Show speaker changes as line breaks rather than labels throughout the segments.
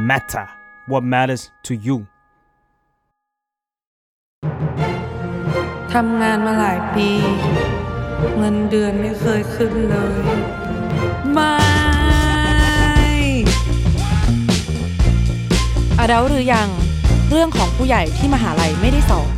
matter what matters to you
ทำงานมาหลายปีเงินเดือนไม่เคยขึ้นเลยไม่adult หรือยังเรื่องของผู้ใหญ่ที่มหาลัยไม่ได้สอน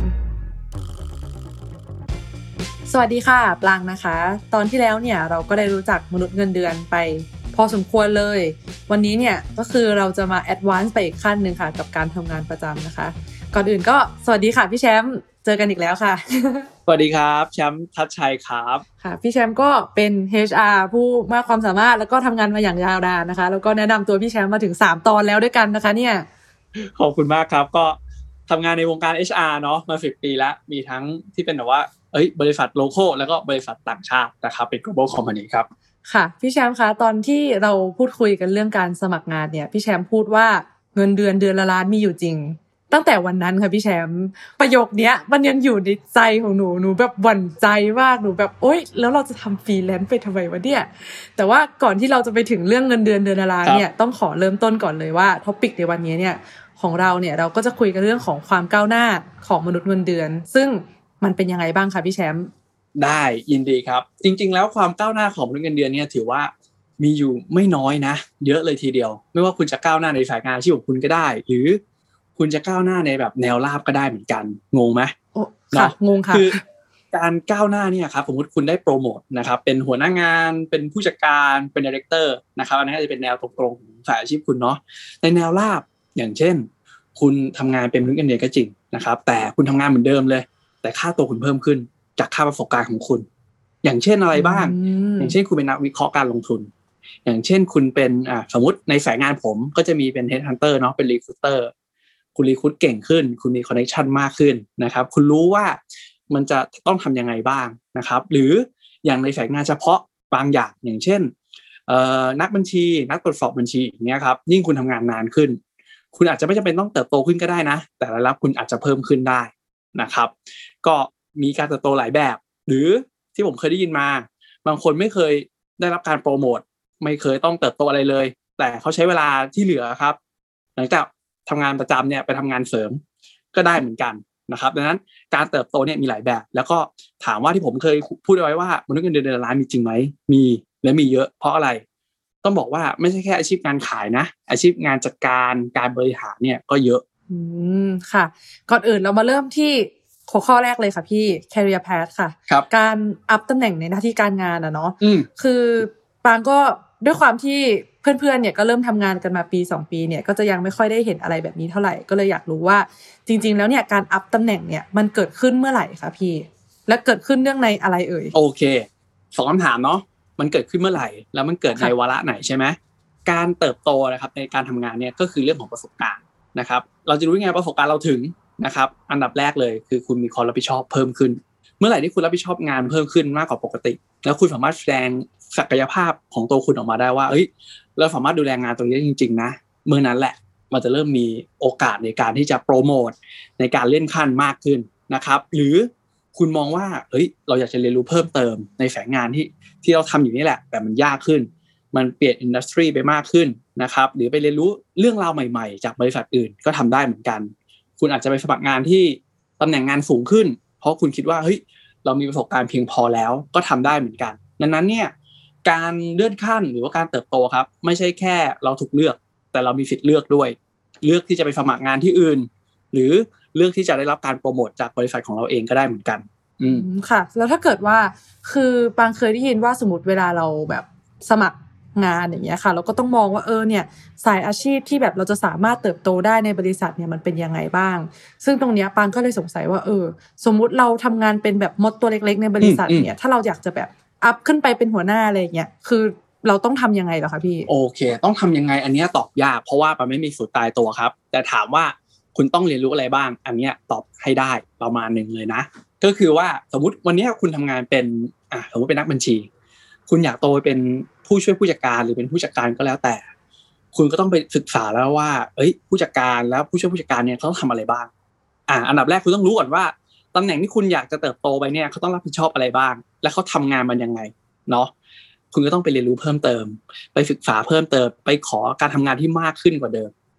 สวัสดีค่ะปลางนะคะตอนที่แล้วเนี่ยเราก็ได้รู้จักมนุษย์เงินเดือนไปพอสมควรเลยวันนี้เนี่ยก็คือเราจะมาแอดวานซ์ไปอีกขั้นนึงค่ะกับการทำงานประจำนะคะก่อนอื่นก็สวัสดีค่ะพี่แชมป์เจอกันอีกแล้วค่ะ
สวัสดีครับแชมป์ทัชชัยครับ
ค่ะพี่แชมป์ก็เป็น HR ผู้มากความสามารถแล้วก็ทำงานมาอย่างยาวนานนะคะแล้วก็แนะนำตัวพี่แชมป์มาถึง3ตอนแล้วด้วยกันนะคะเนี่ย
ขอบคุณมากครับก็ทำงานในวงการ HR เนาะมา10 ปีแล้วมีทั้งที่เป็นแบบว่าบริษัทโลคอลแล้วก็บริษัทต่างชาตินะครับเป็น global company ครับ
ค่ะพี่แชมป์คะตอนที่เราพูดคุยกันเรื่องการสมัครงานเนี่ยพี่แชมป์พูดว่าเงินเดือนละล้านมีอยู่จริงตั้งแต่วันนั้นค่ะพี่แชมป์ประโยคเนี้ยมันยังอยู่ในใจของหนูแบบหวั่นใจมากหนูแบบโอ๊ยแล้วเราจะทำฟรีแลนซ์ไปทำไมวะเนี่ยแต่ว่าก่อนที่เราจะไปถึงเรื่องเงินเดือนละล้านเนี่ยต้องขอเริ่มต้นก่อนเลยว่าท็อปิกในวันนี้เนี่ยของเราเนี่ยเราก็จะคุยกันเรื่องของความก้าวหน้าของมนุษย์เงินเดือนซึ่งมันเป็นยังไงบ้างคะพี่แชมป์
ได้ยินดีครับจริงๆแล้วความก้าวหน้าของมนุษย์เงินเดือนเนี่ยถือว่ามีอยู่ไม่น้อยนะเยอะเลยทีเดียวไม่ว่าคุณจะก้าวหน้าในสายงานอาชีพของคุณก็ได้หรือคุณจะก้าวหน้าในแบบแนวราบก็ได้เหมือนกันงงไหม
ค่ะงงค่ะ
คือการก้าวหน้าเนี่ยครับสมมติคุณได้โปรโมทนะครับเป็นหัวหน้างานเป็นผู้จัดการเป็นไดเรคเตอร์นะครับอันนี้จะเป็นแนวตรงๆของสายอาชีพคุณเนาะในแนวราบอย่างเช่นคุณทำงานเป็นมนุษย์เงินเดือนก็จริงนะครับแต่คุณทำงานเหมือนเดิมเลยแต่ค่าตัวคุณเพิ่มขึ้นจากค่าประสบการณ์ของคุณอย่างเช่นอะไรบ้างอย่างเช่นคุณเป็นนักวิเคราะห์การลงทุนอย่างเช่นคุณเป็นสมมติในสายงานผมก็จะมีเป็น Headhunter เนาะเป็น Recruiter คุณรีครูทเก่งขึ้นคุณมีคอนเนคชั่นมากขึ้นนะครับคุณรู้ว่ามันจะต้องทำยังไงบ้างนะครับหรืออย่างในสายงานเฉพาะบางอย่างเช่นนักบัญชีนักตรวจสอบบัญชีอย่างเงี้ยครับยิ่งคุณทำงานนานขึ้นคุณอาจจะไม่จำเป็นต้องเติบโตขึ้นก็ได้นะแต่รายรับคุณอาจจะเพิ่มขึ้นได้นะครับก็มีการเติบโตหลายแบบหรือที่ผมเคยได้ยินมาบางคนไม่เคยได้รับการโปรโมทไม่เคยต้องเติบโตอะไรเลยแต่เขาใช้เวลาที่เหลือครับหลังจากทำงานประจำเนี่ยไปทำงานเสริมก็ได้เหมือนกันนะครับดังนั้นการเติบโตเนี่ยมีหลายแบบแล้วก็ถามว่าที่ผมเคยพูดไว้ว่ามนุษย์เงินเดือนละล้านมีจริงไหมมีและมีเยอะเพราะอะไรต้องบอกว่าไม่ใช่แค่อาชีพการขายนะอาชีพงานจัดการบริหารเนี่ยก็เยอะ
ค่ะก่อนอื่นเรามาเริ่มที่หัวข้อแรกเลยค่ะพี่ career path ค่ะการอัพตำแหน่งในหน้าที่การงานเนาะคือปางก็ด้วยความที่เพื่อนๆเนี่ยก็เริ่มทำงานกันมาปี2ปีเนี่ยก็จะยังไม่ค่อยได้เห็นอะไรแบบนี้เท่าไหร่ก็เลยอยากรู้ว่าจริงๆแล้วเนี่ยการอัพตำแหน่งเนี่ยมันเกิดขึ้นเมื่อไหร่คะพี่และเกิดขึ้นเรื่องในอะไรเอ่ย
โอเค2คำถามเนาะมันเกิดขึ้นเมื่อไหร่แล้วมันเกิดในวาระไหนใช่ไหมการเติบโตนะครับในการทำงานเนี่ยก็คือเรื่องของประสบการณ์นะครับเราจะรู้ยังไงประสบการณ์เราถึงนะครับอันดับแรกเลยคือคุณมีความรับผิดชอบเพิ่มขึ้นเมื่อไหร่ที่คุณรับผิดชอบงานเพิ่มขึ้นมากกว่าปกติแล้วคุณสามารถแสดงศักยภาพของตัวคุณออกมาได้ว่าเราสามารถดูแลงานตรงนี้จริงๆนะเมื่อนั้นแหละมันจะเริ่มมีโอกาสในการที่จะโปรโมทในการเลื่อนขั้นมากขึ้นนะครับหรือคุณมองว่าเราอยากจะเรียนรู้เพิ่มเติมในสายงานที่เราทำอยู่นี่แหละแต่มันยากขึ้นมันเปลี่ยนอินดัสทรีไปมากขึ้นนะครับหรือไปเรียนรู้เรื่องราวใหม่ๆจากบริษัทอื่นก็ทำได้เหมือนกันคุณอาจจะไปสมัครงานที่ตำแหน่งงานสูงขึ้นเพราะคุณคิดว่าเรามีประสบการณ์เพียงพอแล้วก็ทำได้เหมือนกันดังนั้นเนี่ยการเลื่อนขั้นหรือว่าการเติบโตครับไม่ใช่แค่เราถูกเลือกแต่เรามีสิทธิ์เลือกด้วยเลือกที่จะไปสมัครงานที่อื่นหรือเลือกที่จะได้รับการโปรโมทจากบริษัทของเราเองก็ได้เหมือนกัน
ค่ะแล้วถ้าเกิดว่าคือบางเคยได้ยินว่าสมมติเวลาเราแบบสมัครงานอย่างเงี้ยค่ะเราก็ต้องมองว่าเนี่ยสายอาชีพที่แบบเราจะสามารถเติบโตได้ในบริษัทเนี่ยมันเป็นยังไงบ้างซึ่งตรงเนี้ยปางก็เลยสงสัยว่าสมมุติเราทำงานเป็นแบบมดตัวเล็กๆในบริษัทเนี่ยถ้าเราอยากจะแบบอัพขึ้นไปเป็นหัวหน้าอะไรอย่างเงี้ยคือเราต้องทำยังไงเหรอคะพี่
โอเคต้องทำยังไงอันนี้ตอบยากเพราะว่ามันไม่มีสูตรตายตัวครับแต่ถามว่าคุณต้องเรียนรู้อะไรบ้างอันนี้ตอบให้ได้ประมาณนึงเลยนะก็คือว่าสมมุติวันนี้คุณทำงานเป็นสมมุติเป็นนักบัญชีคุณอยากโตไปเป็นผู้ช่วยผู้จัดการหรือเป็นผู้จัดการก็แล้วแต่คุณก็ต้องไปศึกษาแล้วว่าผู้จัดการแล้วผู้ช่วยผู้จัดการเนี่ยเขาต้องทำอะไรบ้างอันดับแรกคุณต้องรู้ก่อนว่าตำแหน่งที่คุณอยากจะเติบโตไปเนี่ยเขาต้องรับผิดชอบอะไรบ้างและเขาทำงานมันยังไงเนาะคุณก็ต้องไปเรียนรู้เพิ่มเติมไปศึกษาเพิ่มเติมไปขอการทำงานที่มากขึ้นกว่าเดิม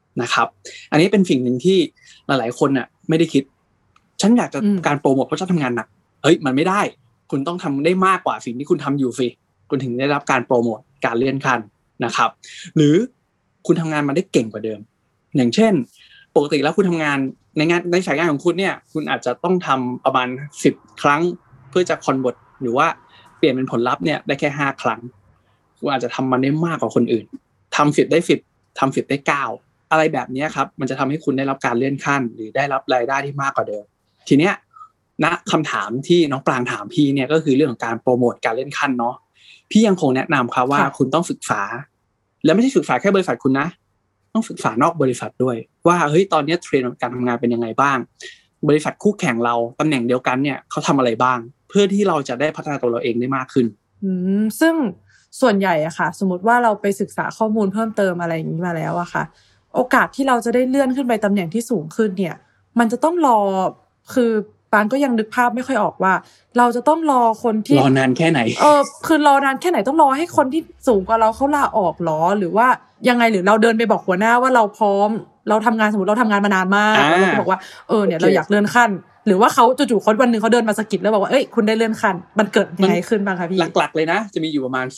นะครับอันนี้เป็นสิ่งหนึ่งที่หลายๆคนน่ะไม่ได้คิดฉันอยากจะการโปรโมทเพราะฉันทำงานหนักเฮ้ยมันไม่ได้คุณต้องทำได้มากกว่าสิ่งที่คุณทำอยู่สิคุณถึงได้รับการโปรโมทการเลื่อนขั้นนะครับหรือคุณทำงานมาได้เก่งกว่าเดิมอย่างเช่นปกติแล้วคุณทำงานในสายงานของคุณเนี่ยคุณอาจจะต้องทำประมาณ10 ครั้งเพื่อจะคอนเวิร์ตหรือว่าเปลี่ยนเป็นผลลัพธ์เนี่ยได้แค่5 ครั้งคุณอาจจะทำมันได้มากกว่าคนอื่นทำ10ได้10ทำ10ได้9อะไรแบบนี้ครับมันจะทำให้คุณได้รับการเลื่อนขั้นหรือได้รับรายได้ที่มากกว่าเดิมทีเนี้ยณคำถามที่น้องปรางถามพี่เนี่ยก็คือเรื่องของการโปรโมทการเลื่อนขั้นเนาะพี่ยังคงแนะนำครับว่าคุณต้องศึกษาและไม่ใช่ศึกษาแค่บริษัทคุณนะต้องศึกษานอกบริษัทด้วยว่าเฮ้ยตอนนี้เทรนด์การทำงานเป็นยังไงบ้างบริษัทคู่แข่งเราตำแหน่งเดียวกันเนี่ยเขาทำอะไรบ้างเพื่อที่เราจะได้พัฒนาตัวเราเองได้มากขึ้น
ซึ่งส่วนใหญ่อะค่ะสมมติว่าเราไปศึกษาข้อมูลเพิ่มเติมอะไรอย่างนี้มาแล้วอะค่ะโอกาสที่เราจะได้เลื่อนขึ้นไปตำแหน่งที่สูงขึ้นเนี่ยมันจะต้องรอคือปานก็ยังนึกภาพไม่ค่อยออกว่าเราจะต้องรอคนที่
รอนานแค่ไหน
คือรอนานแค่ไหนต้องรอให้คนที่สูงกว่าเราเขาลาออกหรอหรือว่ายังไงหรือเราเดินไปบอกหัวหน้าว่าเราพร้อมเราทำงานสมมติเราทำงานมานานมากแล้วเราก็บอกว่าเนี่ยเราอยากเลื่อนขั้นหรือว่าเขาจู่ๆคนวันนึงเขาเดินมาสะกิดแล้วบอกว่าเอ้ยคุณได้เลื่อนขั้นมันเกิดยังไงขึ้นบ้างคะพี่
หลักๆเลยนะจะมีอยู่ประมาณ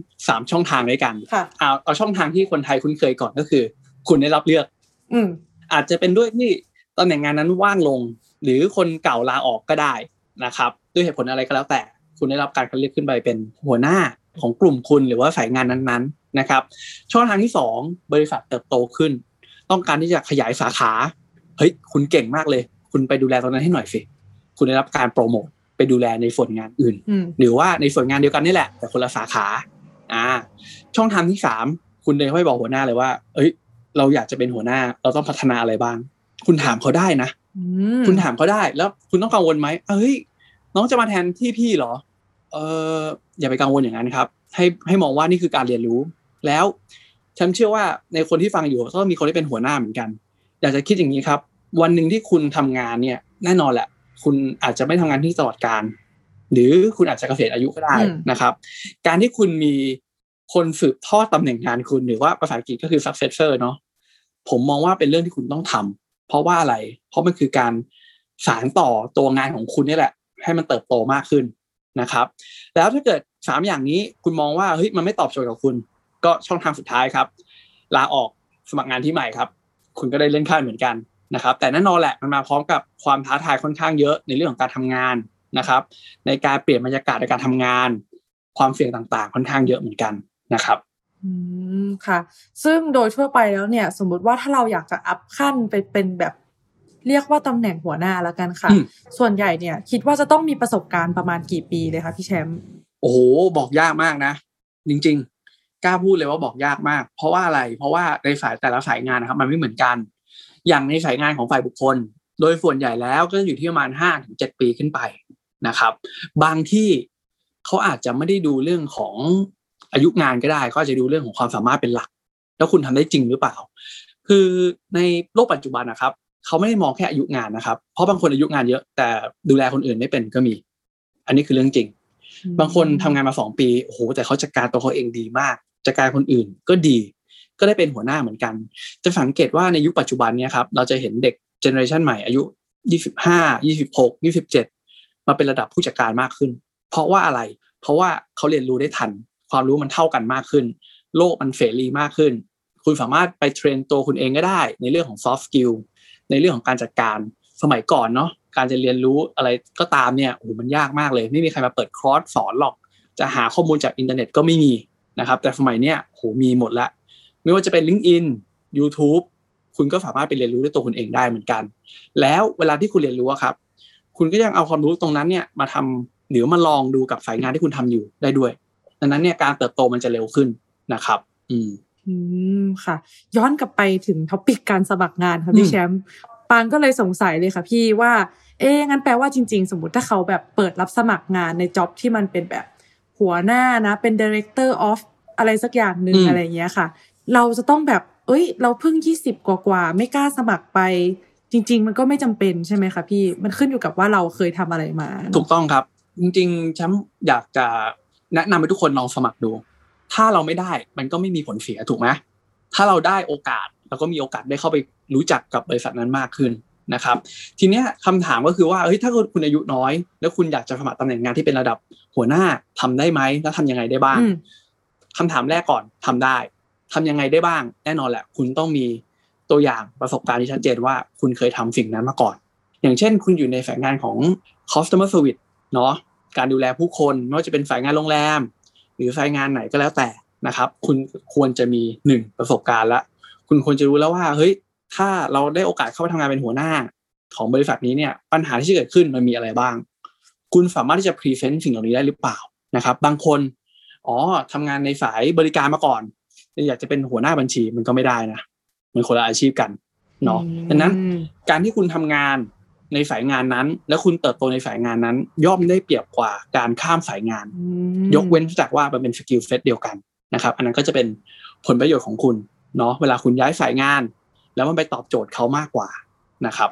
3ช่องทางด้วยกันเอาช่องทางที่คนไทยคุ้นเคยก่อนก็คือคุณได้รับเลือกอาจจะเป็นด้วยที่ตำแหน่งงานนั้นว่างลงหรือคนเก่าลาออกก็ได้นะครับด้วยเหตุผลอะไรก็แล้วแต่คุณได้รับการคัดเลือกขึ้นไปเป็นหัวหน้าของกลุ่มคุณหรือว่าสายงานนั้นๆนะครับช่องทางที่2บริษัทเติบโตขึ้นต้องการที่จะขยายสาขาเฮ้ยคุณเก่งมากเลยคุณไปดูแลตรงนั้นให้หน่อยสิคุณได้รับการโปรโมทไปดูแลในส่วนงานอื่นหรือว่าในส่วนงานเดียวกันนี่แหละแต่คนละสาขาช่องทางที่3คุณเดินไปบอกหัวหน้าเลยว่าเอ้ยเราอยากจะเป็นหัวหน้าเราต้องพัฒนาอะไรบ้างคุณถามเขาได้นะคุณถามเขาได้แล้วคุณต้องกังวลไหมเฮ้ยน้องจะมาแทนที่พี่เหรออย่าไปกังวลอย่างนั้นครับให้มองว่านี่คือการเรียนรู้แล้วฉันเชื่อว่าในคนที่ฟังอยู่ก็มีคนที่เป็นหัวหน้าเหมือนกันอยากจะคิดอย่างนี้ครับวันหนึ่งที่คุณทำงานเนี่ยแน่นอนแหละคุณอาจจะไม่ทำงานที่ตลอดกาลหรือคุณอาจจะเกษียณอายุก็ได้นะครับการที่คุณมีคนสืบทอดตำแหน่งงานคุณหรือว่าภาษาอังกฤษก็คือ successor เนาะผมมองว่าเป็นเรื่องที่คุณต้องทำเพราะว่าอะไรเพราะมันคือการสานต่อตัวงานของคุณนี่แหละให้มันเติบโตมากขึ้นนะครับแล้วถ้าเกิด3อย่างนี้คุณมองว่าเฮ้ยมันไม่ตอบโจทย์กับคุณก็ช่องทางสุดท้ายครับลาออกสมัครงานที่ใหม่ครับคุณก็ได้เลื่อนขั้นเหมือนกันนะครับแต่แน่นอนแหละมันมาพร้อมกับความท้าทายค่อนข้างเยอะในเรื่องของการทำงานนะครับในการเปลี่ยนบรรยากาศในการทำงานความเสี่ยงต่างๆค่อนข้างเยอะเหมือนกันนะครับ
ค่ะซึ่งโดยทั่วไปแล้วเนี่ยสมมติว่าถ้าเราอยากจะอัพขั้นไปเป็นแบบเรียกว่าตำแหน่งหัวหน้าแล้วกันค่ะส่วนใหญ่เนี่ยคิดว่าจะต้องมีประสบการณ์ประมาณกี่ปีเลยคะพี่แชมป์
โอ้โหบอกยากมากนะจริงๆกล้าพูดเลยว่าบอกยากมากเพราะว่าอะไรเพราะว่าในสายแต่ละสายงานนะครับมันไม่เหมือนกันอย่างในสายงานของฝ่ายบุคคลโดยส่วนใหญ่แล้วก็อยู่ที่ประมาณ 5-7 ปีขึ้นไปนะครับบางที่เขาอาจจะไม่ได้ดูเรื่องของอายุงานก็ได้เขาอาจจะดูเรื่องของความสามารถเป็นหลักแล้วคุณทำได้จริงหรือเปล่าคือในโลกปัจจุบันนะครับเขาไม่ได้มองแค่อายุงานนะครับเพราะบางคนอายุงานเยอะแต่ดูแลคนอื่นไม่เป็นก็มีอันนี้คือเรื่องจริงบางคนทำงานมา2 ปีโอ้โหแต่เขาจัดการตัวเขาเองดีมากจัดการคนอื่นก็ดีก็ได้เป็นหัวหน้าเหมือนกันจะสังเกตว่าในยุคปัจจุบันเนี่ยครับเราจะเห็นเด็กเจเนอเรชันใหม่อายุ25 26 27มาเป็นระดับผู้จัดการมากขึ้นเพราะว่าอะไรเพราะว่าเขาเรียนรู้ได้ทันความรู้มันเท่ากันมากขึ้นโลกมันเสรีมากขึ้นคุณสามารถไปเทรนตัวคุณเองก็ได้ในเรื่องของ soft skill ในเรื่องของการจัดการสมัยก่อนเนาะการจะเรียนรู้อะไรก็ตามเนี่ยโอ้โหมันยากมากเลยไม่มีใครมาเปิดคอร์สสอนหรอกจะหาข้อมูลจากอินเทอร์เน็ตก็ไม่มีนะครับแต่สมัยเนี้ยโอ้โหมีหมดละไม่ว่าจะเป็น LinkedIn YouTube คุณก็สามารถไปเรียนรู้ด้วยตัวคุณเองได้เหมือนกันแล้วเวลาที่คุณเรียนรู้ครับคุณก็ยังเอาความรู้ตรงนั้นเนี่ยมาทำหรือมาลองดูกับสายงานที่คุณทำอยู่ได้ด้วยดังนั้นเนี่ยการเติบโตมันจะเร็วขึ้นนะครับ
ค่ะย้อนกลับไปถึงท็อปิกการสมัครงานค่ะพี่แชมป์ปางก็เลยสงสัยเลยค่ะพี่ว่างั้นแปลว่าจริงๆสมมุติถ้าเขาแบบเปิดรับสมัครงานในจ็อบที่มันเป็นแบบหัวหน้านะเป็น director of อะไรสักอย่างนึงอะไรอย่างเงี้ยค่ะเราจะต้องแบบเราเพิ่ง20กว่าไม่กล้าสมัครไปจริงๆมันก็ไม่จำเป็นใช่ไหมคะพี่มันขึ้นอยู่กับว่าเราเคยทำอะไรมา
ถูกต้องครับจริงๆฉันอยากจะแนะนำให้ทุกคนลองสมัครดูถ้าเราไม่ได้มันก็ไม่มีผลเสียถูกไหมถ้าเราได้โอกาสเราก็มีโอกาสได้เข้าไปรู้จักกับบริษัทนั้นมากขึ้นนะครับทีเนี้ยคำถามก็คือว่าถ้าคุณอายุน้อยแล้วคุณอยากจะสมัครตำแหน่งงานที่เป็นระดับหัวหน้าทำได้ไหมแล้วทำยังไงได้บ้างคำถามแรกก่อนทำได้ทำยังไงได้บ้างแน่นอนแหละคุณต้องมีตัวอย่างประสบการณ์ที่ชัดเจนว่าคุณเคยทำสิ่งนั้นมาก่อนอย่างเช่นคุณอยู่ในสายงานของ customer service เนาะการดูแลผู้คนไม่ว่าจะเป็นสายงานโรงแรมหรือสายงานไหนก็แล้วแต่นะครับคุณควรจะมี1ประสบการณ์ละคุณควรจะรู้แล้วว่าเฮ้ยถ้าเราได้โอกาสเข้าไปทำงานเป็นหัวหน้าของบริษัทนี้เนี่ยปัญหาที่จะเกิดขึ้นมันมีอะไรบ้างคุณสามารถที่จะพรีเซนต์สิ่งเหล่านี้ได้หรือเปล่านะครับบางคนทำงานในสายบริการมาก่อนอยากจะเป็นหัวหน้าบัญชีมันก็ไม่ได้นะมันคนละอาชีพกันเนาะดังนั้นการที่คุณทำงานในสายงานนั้นแล้วคุณเติบโตในสายงานนั้นย่อมได้เปรียบกว่าการข้ามสายงานยกเว้นจากว่ามันเป็นสกิลเซตเดียวกันนะครับอันนั้นก็จะเป็นผลประโยชน์ของคุณเนาะเวลาคุณย้ายสายงานแล้วมันไปตอบโจทย์เขามากกว่านะครับ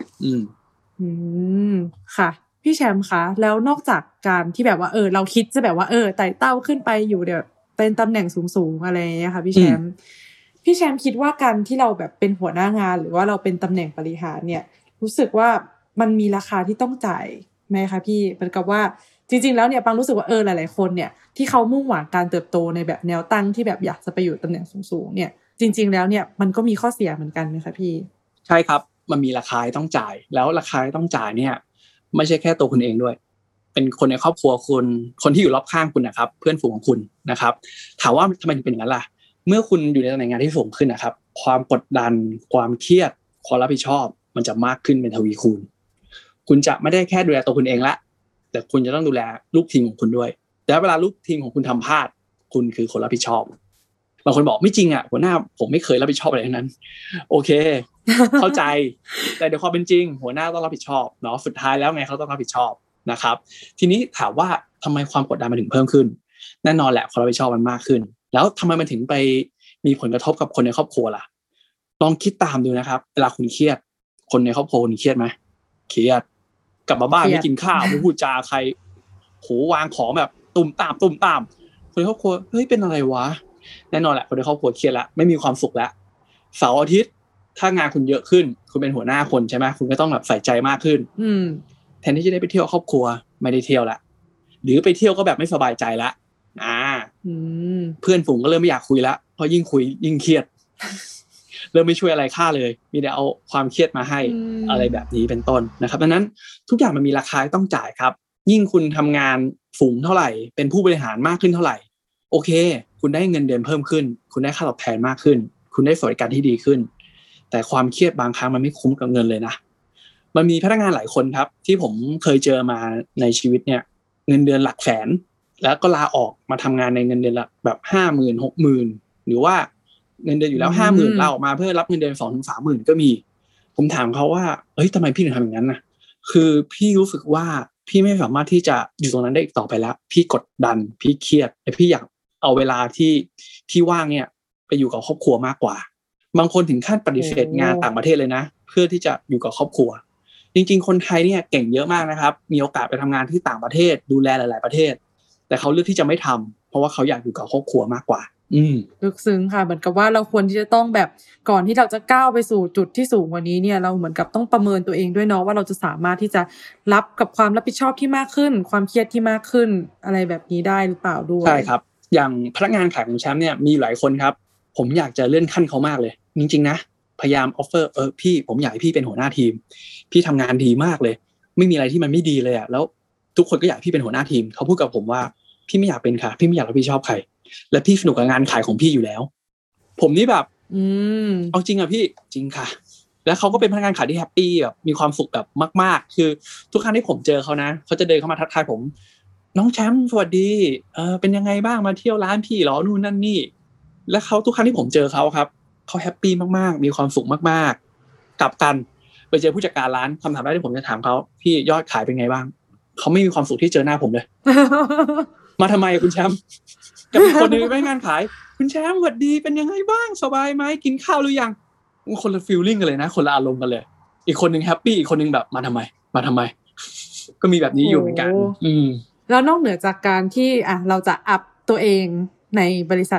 ค่ะพี่แชมป์คะแล้วนอกจากการที่แบบว่าเราคิดจะแบบว่าไต่เต้าขึ้นไปอยู่เดี๋ยวเป็นตำแหน่งสูงๆอะไรอย่างเงี้ยค่ะพี่แชมป์คิดว่าการที่เราแบบเป็นหัวหน้างานหรือว่าเราเป็นตำแหน่งบริหารเนี่ยรู้สึกว่ามันมีราคาที่ต้องจ่ายไหมคะพี่เหมือนกับว่าจริงๆแล้วเนี่ยปังรู้สึกว่าหลายๆคนเนี่ยที่เขามุ่งหวังการเติบโตในแบบแนวตั้งที่แบบอยากจะไปอยู่ตำแหน่งสูงๆเนี่ยจริงๆแล้วเนี่ยมันก็มีข้อเสียเหมือนกันไหมคะพี่
ใช่ครับมันมีราคาต้องจ่ายแล้วราคาต้องจ่ายเนี่ยไม่ใช่แค่ตัวคุณเองด้วยเป็นคนในครอบครัวคุณคนที่อยู่รอบข้างคุณนะครับเพื่อนฝูงของคุณนะครับถามว่าทำไมถึงเป็นอย่างนั้นล่ะเมื่อคุณอยู่ในตำแหน่งงานที่สูงขึ้นนะครับความกดดันความเครียดความรับผิดชอบมันจะมากขึ้นเป็นทวีคูณคุณจะไม่ได้แค่ดูแลตัวคุณเองละแต่คุณจะต้องดูแลลูกทีมของคุณด้วยแต่เวลาลูกทีมของคุณทำพลาดคุณคือคนรับผิดชอบบางคนบอกไม่จริงอ่ะหัวหน้าผมไม่เคยรับผิดชอบอะไรทั้งนั้นโอเค เข้าใจแต่เดี๋ยวความเป็นจริงหัวหน้าต้องรับผิดชอบเนาะสุดท้ายแล้วไงเขาต้องรับผิดชอบนะครับทีนี้ถามว่าทำไมความกดดันมันถึงเพิ่มขึ้นแน่นอนแหละความรับผิดชอบมันมากขึ้นแล้วทำไมมันถึงไปมีผลกระทบกับคนในครอบครัวล่ะลองคิดตามดูนะครับเวลาคุณเครียดคนในครอบครัวคุณเครียดไหมเครียดกลับมาบ้านไม่กินข้าวไม่พูดจาใครโหวางของแบบตุ่มตามคนในครอบครัวเฮ้ยเป็นอะไรวะแน่นอนแหละคนในครอบครัวเครียดแล้วไม่มีความสุขแล้วเสาร์อาทิตย์ถ้างานคุณเยอะขึ้นคุณเป็นหัวหน้าคนใช่ไหมคุณก็ต้องแบบใส่ใจมากขึ้นแทนที่จะได้ไปเที่ยวครอบครัวไม่ได้เที่ยวละหรือไปเที่ยวก็แบบไม่สบายใจละเพื่อนฝูงก็เริ่มไม่อยากคุยละเพราะยิ่งคุยยิ่งเครียดเริ่มไม่ช่วยอะไรข้าเลยมีแต่เอาความเครียดมาให้อะไรแบบนี้เป็นต้นนะครับดังนั้นทุกอย่างมันมีราคาต้องจ่ายครับยิ่งคุณทำงานฝูงเท่าไหร่เป็นผู้บริหารมากขึ้นเท่าไหร่โอเคคุณได้เงินเดือนเพิ่มขึ้นคุณได้ค่าตอบแทนมากขึ้นคุณได้สวัสดิการที่ดีขึ้นแต่ความเครียดบางครั้งมันไม่คุ้มกับเงินเลยนะมันมีพนักงานหลายคนครับที่ผมเคยเจอมาในชีวิตเนี่ยเงินเดือนหลักแสนแล้วก็ลาออกมาทำงานในเงินเดือนหลักแบบ 50,000 60,000 หรือว่าเงินเดือนอยู่แล้ว 50,000 ลาออกมาเพื่อรับเงินเดือน 2-30,000 ก็มีผมถามเขาว่าเฮ้ยทำไมพี่ถึงทำอย่างนั้นนะคือพี่รู้สึกว่าพี่ไม่สามารถที่จะอยู่ตรงนั้นได้อีกต่อไปแล้วพี่กดดันพี่เครียดและพี่อยากเอาเวลาที่ว่างเนี่ยไปอยู่กับครอบครัวมากกว่าบางคนถึงขั้นปฏิเสธงานต่างประเทศเลยนะเพื่อที่จะอยู่กับครอบครัวจริงๆคนไทยเนี่ยเก่งเยอะมากนะครับมีโอกาสไปทำงานที่ต่างประเทศดูแลหลายๆประเทศแต่เขาเลือกที่จะไม่ทำเพราะว่าเขาอยากอยู่กับครอบครัวมากกว่า
ลึกซึ้งค่ะเหมือนกับว่าเราควรที่จะต้องแบบก่อนที่เราจะก้าวไปสู่จุดที่สูงกว่านี้เนี่ยเราเหมือนกับต้องประเมินตัวเองด้วยเนาะว่าเราจะสามารถที่จะรับกับความรับผิดชอบที่มากขึ้นความเครียดที่มากขึ้นอะไรแบบนี้ได้หรือเปล่าด้วย
ใช่ครับอย่างพนักงานขายของแชมป์เนี่ยมีหลายคนครับผมอยากจะเลื่อนขั้นเขามากเลยจริงๆนะพยายามออฟเฟอร์พี่ผมอยากให้พี่เป็นหัวหน้าทีมพี่ทำงานดีมากเลยไม่มีอะไรที่มันไม่ดีเลยอ่ะแล้วทุกคนก็อยากพี่เป็นหัวหน้าทีมเขาพูดกับผมว่าพี่ไม่อยากเป็นค่ะพี่ไม่อยากรับผิดชอบใครและพี่สนุกกับงานขายของพี่อยู่แล้วผมนี่แบบเอาจริงอ่ะพี่จริงค่ะแล้วเขาก็เป็นพนักงานขายที่แฮปปี้แบบมีความสุขแบบมากๆคือทุกครั้งที่ผมเจอเขานะเขาจะเดินเข้ามาทักทายผมน้องแชมป์สวัสดีเป็นยังไงบ้างมาเที่ยวร้านพี่เหรอนู่นนั่นนี่และเขาทุกครั้งที่ผมเจอเขาครับเขาแฮปปี้มากๆมีความสุขมากๆกลับกันไปเจอผู้จัดการร้านคำถามแรกที่ผมจะถามเขาพี่ยอดขายเป็นไงบ้างเขาไม่มีความสุขที่เจอหน้าผมเลย มาทำไมคุณแชมป์กับอีกคนนึงไปงานขายคุณแชมป์สวัสดีเป็นยังไงบ้างสบายไหมกินข้าวหรือยังคนละฟีลลิ่งกันเลยนะคนละอารมณ์กันเลยอีกคนนึงแฮปปี้อีกคนนึงแบบมาทำไมก็มีแบบนี้อยู่เหมือนกัน
แล้วนอกเหนือจากการที่เราจะอัพตัวเองในบริษัท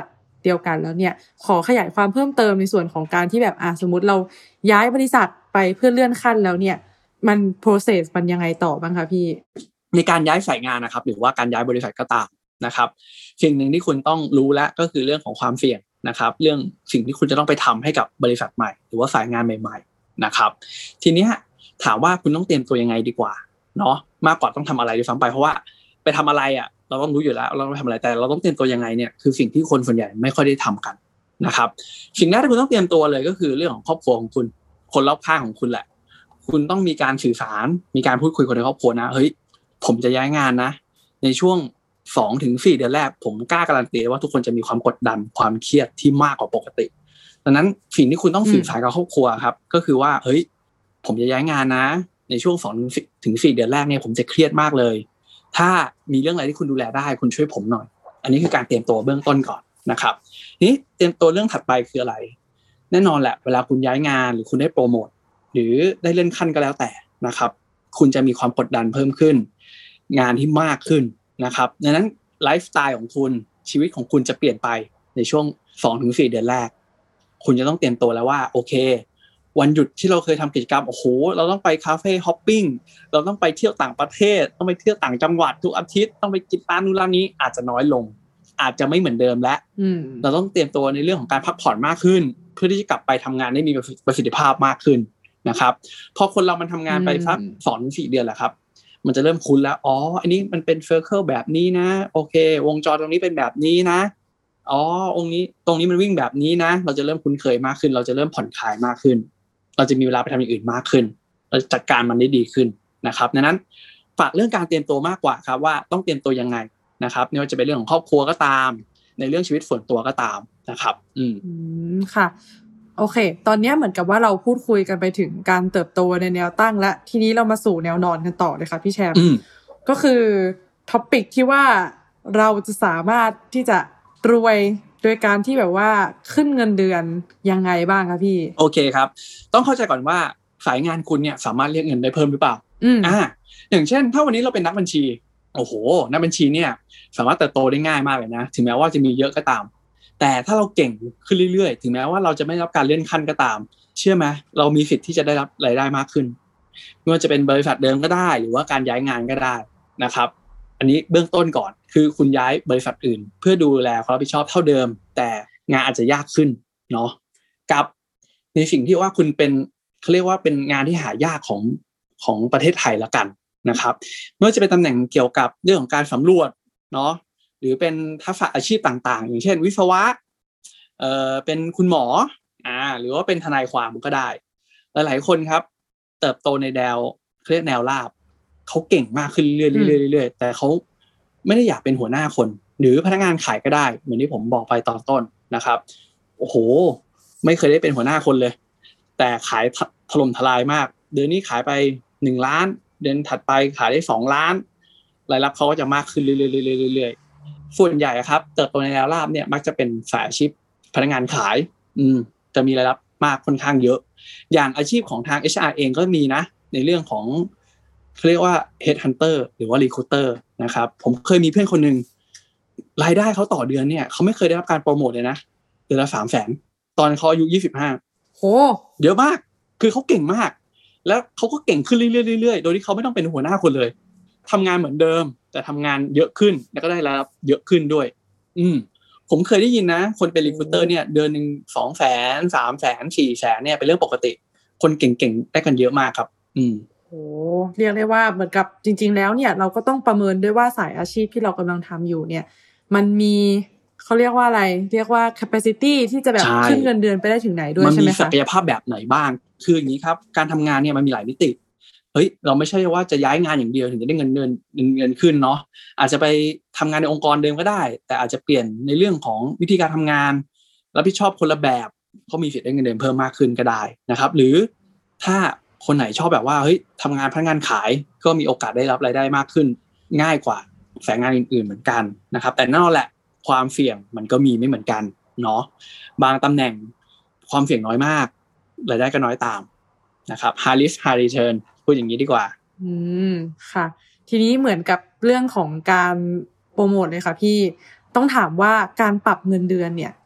เดียวกันแล้วเนี่ยขอขยายความเพิ่มเติมในส่วนของการที่แบบสมมุติเราย้ายบริษัทไปเพื่อเลื่อนขั้นแล้วเนี่ยมัน process มันยังไงต่อบ้างคะพี่
ในการย้ายสายงานนะครับหรือว่าการย้ายบริษัทก็ตามนะครับสิ่งหนึ่งที่คุณต้องรู้และก็คือเรื่องของความเสี่ยงนะครับเรื่องสิ่งที่คุณจะต้องไปทำให้กับบริษัทใหม่หรือว่าสายงานใหม่ๆนะครับทีนี้ถามว่าคุณต้องเตรียมตัวยังไงดีกว่าเนาะมากกว่าต้องทำอะไรด้วยซ้ำไปเพราะว่าไปทำอะไรเราต้องรู้อยู่แล้วเราต้องทำอะไรแต่เราต้องเตรียมตัวยังไงเนี่ยคือสิ่งที่คนส่วนใหญ่ไม่ค่อยได้ทำกันนะครับสิ่งแรกที่คุณต้องเตรียมตัวเลยก็คือเรื่องของครอบครัวของคุณคนรอบข้างของคุณแหละคุณต้องมีการสื่อสารมีการพูดคุยคนในครอบครัวนะเฮ้ยผมจะย้ายงานนะในช่วง 2-4 เดือนแรกผมกล้าการันตีว่าทุกคนจะมีความกดดันความเครียดที่มากกว่าปกติดังนั้นสิ่งที่คุณต้องสื่อสารกับครอบครัวครับก็คือว่าเฮ้ยผมจะย้ายงานนะในช่วง 2-4 เดือนแรกเนี่ยผมจะเครียดมากเลยถ้ามีเรื่องอะไรที่คุณดูแลได้คุณช่วยผมหน่อยอันนี้คือการเตรียมตัวเบื้องต้นก่อนนะครับนี่เตรียมตัวเรื่องถัดไปคืออะไรแน่นอนแหละเวลาคุณย้ายงานหรือคุณได้โปรโมทหรือได้เลื่อนขั้นก็แล้วแต่นะครับคุณจะมีความกดดันเพิ่มขึ้นงานที่มากขึ้นนะครับดังนั้นไลฟ์สไตล์ของคุณชีวิตของคุณจะเปลี่ยนไปในช่วง 2-4 เดือนแรกคุณจะต้องเตรียมตัวแล้วว่าโอเควันหยุดที่เราเคยทำกิจกรรมโอ้โหเราต้องไปคาเฟ่ฮอปปิ้งเราต้องไปเที่ยวต่างประเทศต้องไปเที่ยวต่างจังหวัดทุกอาทิตย์ต้องไปกินร้านนู้นร้านนี้อาจจะน้อยลงอาจจะไม่เหมือนเดิมแล้วเราต้องเตรียมตัวในเรื่องของการพักผ่อนมากขึ้นเพื่อที่จะกลับไปทำงานได้มีประสิทธิภาพมากขึ้นนะครับพอคนเรามันทำงานไปสัก 2-4 เดือนแหละครับมันจะเริ่มคุ้นแล้วอันนี้มันเป็นเซอร์เคิลแบบนี้นะโอเควงจรตรงนี้เป็นแบบนี้นะตรงนี้มันวิ่งแบบนี้นะเราจะเริ่มคุ้นเคยมากขึ้นเราจะเริ่มผ่อนคลายมากขึ้นเราจะมีเวลาไปทำอย่างอื่นมากขึ้นเราจัดการมันได้ดีขึ้นนะครับดังนั้นฝากเรื่องการเตรียมตัวมากกว่าครับว่าต้องเตรียมตัวยังไงนะครับไม่ว่าจะเป็นเรื่องของครอบครัวก็ตามในเรื่องชีวิตส่วนตัวก็ตามนะครับ
ค่ะโอเคตอนนี้เหมือนกับว่าเราพูดคุยกันไปถึงการเติบโตในแนวตั้งและทีนี้เรามาสู่แนวนอนกันต่อเลยค่ะพี่แชมป์ก็คือท็อปิกที่ว่าเราจะสามารถที่จะรวยโดยการที่แบบว่าขึ้นเงินเดือนยังไงบ้างคะพี่
โอเคครับต้องเข้าใจก่อนว่าสายงานคุณเนี่ยสามารถเรียกเงินได้เพิ่มหรือเปล่าอย่างเช่นถ้าวันนี้เราเป็นนักบัญชีโอ้โหนักบัญชีเนี่ยสามารถเติบโตได้ง่ายมากเลยนะถึงแม้ว่าจะมีเยอะก็ตามแต่ถ้าเราเก่งขึ้นเรื่อยๆถึงแม้ว่าเราจะไม่รับการเลื่อนขั้นก็ตามเชื่อไหมเรามีสิทธิ์ที่จะได้รับรายได้มากขึ้นไม่ว่าจะเป็นบริษัทเดิมก็ได้หรือว่าการย้ายงานก็ได้นะครับอันนี้เบื้องต้นก่อนคือคุณย้ายบริษัทอื่นเพื่อดูแลความรับผิดชอบเท่าเดิมแต่งานอาจจะยากขึ้นเนาะกับในสิ่งที่ว่าคุณเป็นเขาเรียกว่าเป็นงานที่หายากของประเทศไทยละกันนะครับไม่ว่าจะเป็นตำแหน่งเกี่ยวกับเรื่องของการสำรวจเนาะหรือเป็นทักษะอาชีพต่างๆอย่างเช่นวิศวะเป็นคุณหมอหรือว่าเป็นทนายความก็ได้หลายๆคนครับเติบโตในเรียกแนวราบเขาเก่งมากขึ้นเรื่อยๆเรื่อยๆแต่เขาไม่ได้อยากเป็นหัวหน้าคนหรือพนักงานขายก็ได้เหมือนที่ผมบอกไปตอนต้นนะครับโอ้โหไม่เคยได้เป็นหัวหน้าคนเลยแต่ขายถล่มทลายมากเดือนนี้ขายไป1 ล้านเดือนถัดไปขายได้2 ล้านรายรับเขาก็จะมากขึ้นเรื่อยๆส่วนใหญ่ครับเติบโตในแนวราบเนี่ยมักจะเป็นสายอาชีพพนักงานขายจะมีรายรับมากค่อนข้างเยอะอย่างอาชีพของทาง HR เองก็มีนะในเรื่องของเรียกว่า Headhunter หรือว่า Recruiter นะครับผมเคยมีเพื่อนคนนึงรายได้เขาต่อเดือนเนี่ยเขาไม่เคยได้รับการโปรโมทเลยนะเดือนละ 300,000 ตอนเขาอายุ25โหเยอะมากคือเขาเก่งมากแล้วเขาก็เก่งขึ้นเรื่อยๆโดยที่เขาไม่ต้องเป็นหัวหน้าคนเลยทำงานเหมือนเดิมแต่ทำงานเยอะขึ้นแล้วก็ได้รายรับเยอะขึ้นด้วยผมเคยได้ยินนะคนเป็น Recruiter เนี่ยเดือนนึง 200,000 300,000 400,000เนี่ยเป็นเรื่องปกติคนเก่งๆได้กันเยอะมากครับ
โอ้เรียกได้ว่าเหมือนกับจริงๆแล้วเนี่ยเราก็ต้องประเมินด้วยว่าสายอาชีพที่เรากำลังทำอยู่เนี่ยมันมีเขาเรียกว่าอะไรเรียกว่า capacity ที่จะแบบขึ้นเงินเดือนไปได้ถึงไหนด้วยใช่ไหมคะมัน
มีศักยภาพแบบไหนบ้างคืออย่างนี้ครับการทำงานเนี่ยมันมีหลายมิติเราไม่ใช่ว่าจะย้ายงานอย่างเดียวถึงจะได้เงินขึ้นเนาะอาจจะไปทำงานในองค์กรเดิมก็ได้แต่อาจจะเปลี่ยนในเรื่องของวิธีการทำงานรับผิดชอบคนละแบบเขามีสิทธิ์ได้เงินเดือนเพิ่มมากขึ้นก็ได้นะครับหรือถ้าคนไหนชอบแบบว่าทำงานพนักงานขายก็มีโอกาสได้รับรายได้มากขึ้นง่ายกว่าสายงานอื่นๆเหมือนกันนะครับแต่นั่นแหละความเสี่ยงมันก็มีไม่เหมือนกันเนาะบางตำแหน่งความเสี่ยงน้อยมากรายได้ก็น้อยตามนะครับ high risk high return พูดอย่างนี้ดีกว่า
ค่ะทีนี้เหมือนกับเรื่องของการโปรโมทเลยค่ะพี่ต้องถามว่าการปรับเงินเดือนเนี่ยจ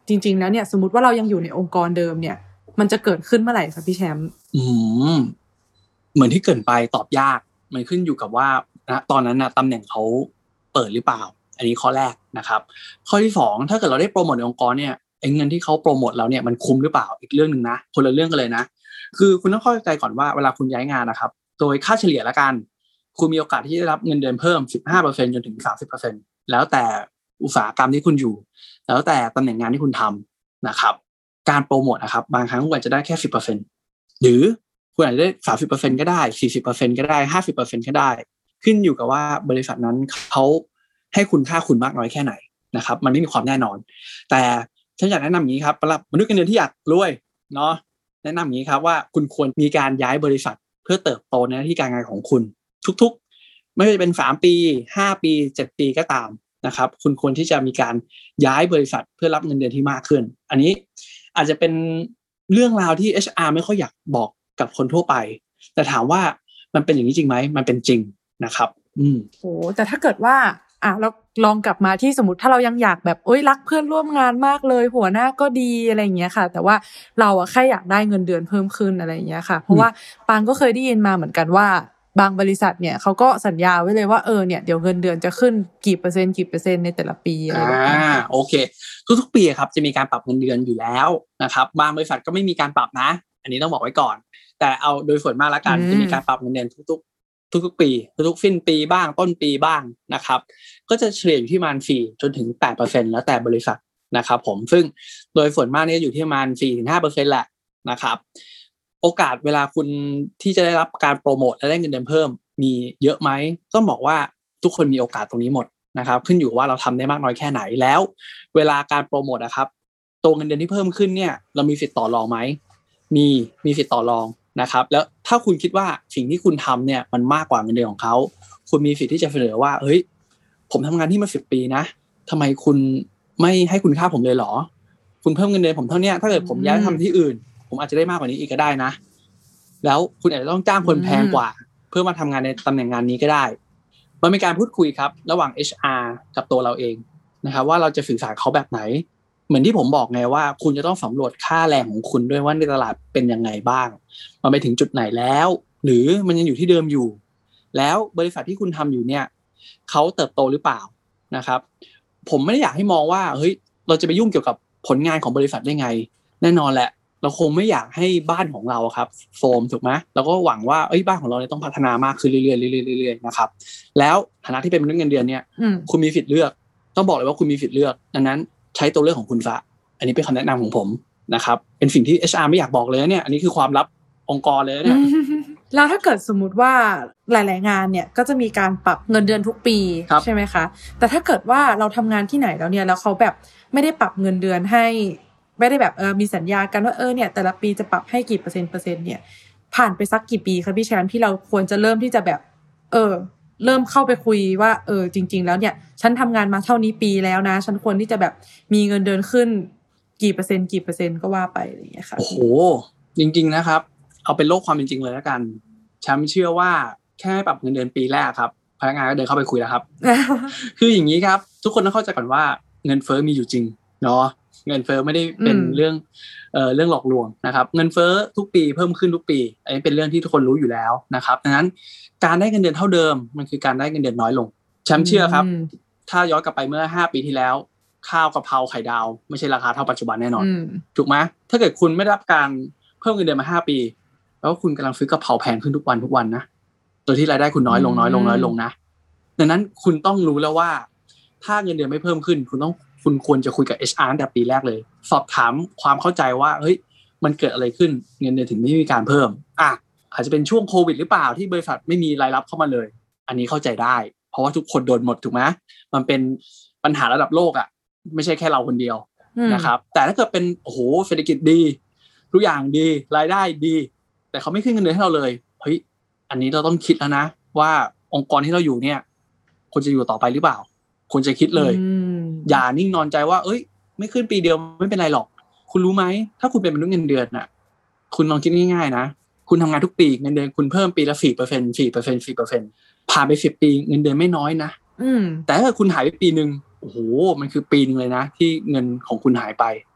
จริงๆแล้วเนี่ยสมมุติว่าเรายังอยู่ในองค์กรเดิมเนี่ยมันจะเกิดขึ้นเมื่อไหร่คะพี่แชมป์
เหมือนที่เกินไปตอบยากมันขึ้นอยู่กับว่าตอนนั้นนะตำแหน่งเขาเปิดหรือเปล่าอันนี้ข้อแรกนะครับข้อที่2ถ้าเกิดเราได้โปรโมทในองค์กรเนี่ยเงินที่เขาโปรโมทเราเนี่ยมันคุ้มหรือเปล่าอีกเรื่องนึงนะคนละเรื่องกันเลยนะคือคุณต้องเข้าใจก่อนว่าเวลาคุณย้ายงานนะครับโดยค่าเฉลี่ยละกันคุณมีโอกาสที่จะได้รับเงินเดือนเพิ่ม 15% จนถึง 30% แล้วแต่อุตสาหกรรมที่คุณอยู่แล้วแต่ตำแหน่งงานที่คุณทำนะครับการโปรโมทนะครับบางครั้งคุณอาจจะได้แค่ 10% หรือคุณอาจจะได้ 30% ก็ได้ 40% ก็ได้ 50% ก็ได้ขึ้นอยู่กับว่าบริษัทนั้นเขาให้คุณค่าคุณมากน้อยแค่ไหนนะครับมันไม่มีความแน่นอนแต่ฉันอยากแนะนำอย่างนี้ครับสำหรับมนุษย์เงินเดือนที่อยากรวยเนาะแนะนำอย่างนี้ครับว่าคุณควรมีการย้ายบริษัทเพื่อเติบโตในหน้าที่การงานของคุณทุกๆไม่ว่าจะเป็น3ปี5ปี7ปีก็ตามนะครับคุณควรที่จะมีการย้ายบริษัทเพื่อรับเงินเดือนที่มากขึ้นอันนี้อาจจะเป็นเรื่องราวที่ HR ไม่ค่อยอยากบอกกับคนทั่วไปแต่ถามว่ามันเป็นอย่างนี้จริงไหมมันเป็นจริงนะครับ
โอ้แต่ถ้าเกิดว่าเราลองกลับมาที่สมมติถ้าเรายังอยากแบบรักเพื่อนร่วมงานมากเลยหัวหน้าก็ดีอะไรอย่างเงี้ยค่ะแต่ว่าเราแค่อยากได้เงินเดือนเพิ่มขึ้นอะไรอย่างเงี้ยค่ะเพราะว่าปางก็เคยได้ยินมาเหมือนกันว่าบางบริษัทเนี่ยเขาก็สัญญาไว้เลยว่าเนี่ยเดี๋ยวเงินเดือนจะขึ้นกี่เปอร์เซ็นต์ในแต่ละปีอะไรแบบนี้
โอเคทุกๆปีครับจะมีการปรับเงินเดือนอยู่แล้วนะครับบางบริษัทก็ไม่มีการปรับนะอันนี้ต้องบอกไว้ก่อนแต่เอาโดยส่วนมากแล้วกันจะมีการปรับเงินเดือนทุกปีทุกๆสิ้นปีบ้างต้นปีบ้างนะครับก็จะเฉลี่ยอยู่ที่ประมาณ4จนถึง 8% แล้วแต่บริษัทนะครับผมซึ่งโดยส่วนมากเนี่ยอยู่ที่ประมาณ 4-5% แหละนะครับโอกาสเวลาคุณที่จะได้รับการโปรโมทและได้เงินเดือนเพิ่มมีเยอะไหมต้องบอกว่าทุกคนมีโอกาสตรงนี้หมดนะครับขึ้นอยู่ว่าเราทำได้มากน้อยแค่ไหนแล้วเวลาการโปรโมทนะครับตัวเงินเดือนที่เพิ่มขึ้นเนี่ยเรามีสิทธิ์ต่อรองไหมมีสิทธิ์ต่อรองนะครับแล้วถ้าคุณคิดว่าสิ่งที่คุณทำเนี่ยมันมากกว่าเงินเดือนของเขาคุณมีสิทธิ์ที่จะเสนอว่าเฮ้ยผมทำงานที่มา10 ปีนะทำไมคุณไม่ให้คุณค่าผมเลยเหรอคุณเพิ่มเงินเดือนผมเท่านี้ถ้าเกิดผมย้ายทำที่อื่นผมอาจจะได้มากกว่านี้อีกก็ได้นะแล้วคุณอาจจะต้องจ้างคนแพงกว่าเพื่อมาทำงานในตำแหน่งงานนี้ก็ได้มันเป็นการพูดคุยครับระหว่าง HR กับตัวเราเองนะครับว่าเราจะสื่อสารเขาแบบไหนเหมือนที่ผมบอกไงว่าคุณจะต้องสำรวจค่าแรงของคุณด้วยว่าในตลาดเป็นยังไงบ้างมันไปถึงจุดไหนแล้วหรือมันยังอยู่ที่เดิมอยู่แล้วบริษัทที่คุณทำอยู่เนี่ยเขาเติบโตหรือเปล่านะครับผมไม่ได้อยากให้มองว่าเฮ้ยเราจะไปยุ่งเกี่ยวกับผลงานของบริษัทได้ไงแน่นอนแหละเราคงไม่อยากให้บ้านของเราครับโฟมถูกไหมเราก็หวังว่าบ้านของเราเนี่ยต้องพัฒนามากขึ้นเรื่อยๆนะครับแล้วฐานะที่เป็นมนุษย์เงินเดือนเนี่ยคุณมีสิทธิ์เลือกต้องบอกเลยว่าคุณมีสิทธิ์เลือกดังนั้นใช้ตัวเลือกของคุณซะอันนี้เป็นคำแนะนำของผมนะครับเป็นสิ่งที่ HR ไม่อยากบอกเลยเนี่ยอันนี้คือความลับองค์กรเลยเนี่ย
แล้วถ้าเกิดสมมุติว่าหลายๆงานเนี่ยก็จะมีการปรับเงินเดือนทุกปีใช่ไหมคะแต่ถ้าเกิดว่าเราทำงานที่ไหนแล้วเนี่ยแล้วเขาแบบไม่ได้ปรับเงินเดือนให้ไม่ได้แบบมีสัญญากันว่าเนี่ยแต่ละปีจะปรับให้กี่เปอร์เซ็นต์เนี่ยผ่านไปสักกี่ปีคะพี่แชมป์ที่เราควรจะเริ่มที่จะแบบเริ่มเข้าไปคุยว่าจริงๆแล้วเนี่ยฉันทำงานมาเท่านี้ปีแล้วนะฉันควรที่จะแบบมีเงินเดือนขึ้นกี่เปอร์เซ็นต์ก็ว่าไปอะไรอย่างเงี้ยค่ะ
โอ้โหจริงๆนะครับเอาเป็นโลกความเป็นจริงเลยแล้วกันฉันเชื่อว่าแค่ปรับเงินเดือนปีแรกครับพนักงานก็เดินเข้าไปคุยแล้วครับ คืออย่างนี้ครับทุกคนต้องเข้าใจก่อนว่าเงินเฟ้อมีอยู่จริงเนาะเงินเฟ้อไม่ได้เป็นเรื่องหลอกลวงนะครับเงินเฟ้อทุกปีเพิ่มขึ้นทุกปีอันนี้เป็นเรื่องที่ทุกคนรู้อยู่แล้วนะครับดังนั้นการได้เงินเดือนเท่าเดิมมันคือการได้เงินเดือนน้อยลงฉันเชื่อครับถ้าย้อนกลับไปเมื่อ5 ปีที่แล้วข้าวกะเพราไข่ดาวไม่ใช่ราคาเท่าปัจจุบันแน่นอนถูกไหมถ้าเกิดคุณไม่ได้รับการเพิ่มเงินเดือนมา5 ปีแล้วคุณกำลังซื้อกะเพราแพงขึ้นทุกวันนะโดยที่รายได้คุณน้อยลงนะดังนั้นคุณต้องรู้แล้วว่าถ้าเงินเดือนไม่เพิ่มขึ้นคุณควรจะคุยกับ HR ตั้งแต่ปีแรกเลยสอบถามความเข้าใจว่าเฮ้ยมันเกิดอะไรขึ้นเงินเดือนถึงไม่มีการเพิ่มอาจจะเป็นช่วงโควิดหรือเปล่าที่บริษัทไม่มีรายรับเข้ามาเลยอันนี้เข้าใจได้เพราะว่าทุกคนโดนหมดถูกไหมมันเป็นปัญหาระดับโลกไม่ใช่แค่เราคนเดียวนะครับแต่ถ้าเกิดเป็นโอ้โหเศรษฐกิจดีทุกอย่างดีรายได้ดีแต่เขาไม่ขึ้นเงินเดือนให้เราเลยเฮ้ยอันนี้เราต้องคิดแล้วนะว่าองค์กรที่เราอยู่เนี่ยควรจะอยู่ต่อไปหรือเปล่าควรจะคิดเลยอย่านิ่งนอนใจว่าไม่ขึ้นปีเดียวไม่เป็นไรหรอกคุณรู้ไหมถ้าคุณเป็นมนุษย์เงินเดือนน่ะคุณลองคิดง่ายๆนะคุณทำงานทุกปีเงินเดือนคุณเพิ่มปีละ 4% ผ่านไป10 ปีเงินเดือนไม่น้อยนะแต่ถ้าคุณหายไปปีนึงโอ้โหมันคือปีนึงเลยนะที่เงินของคุณหายไป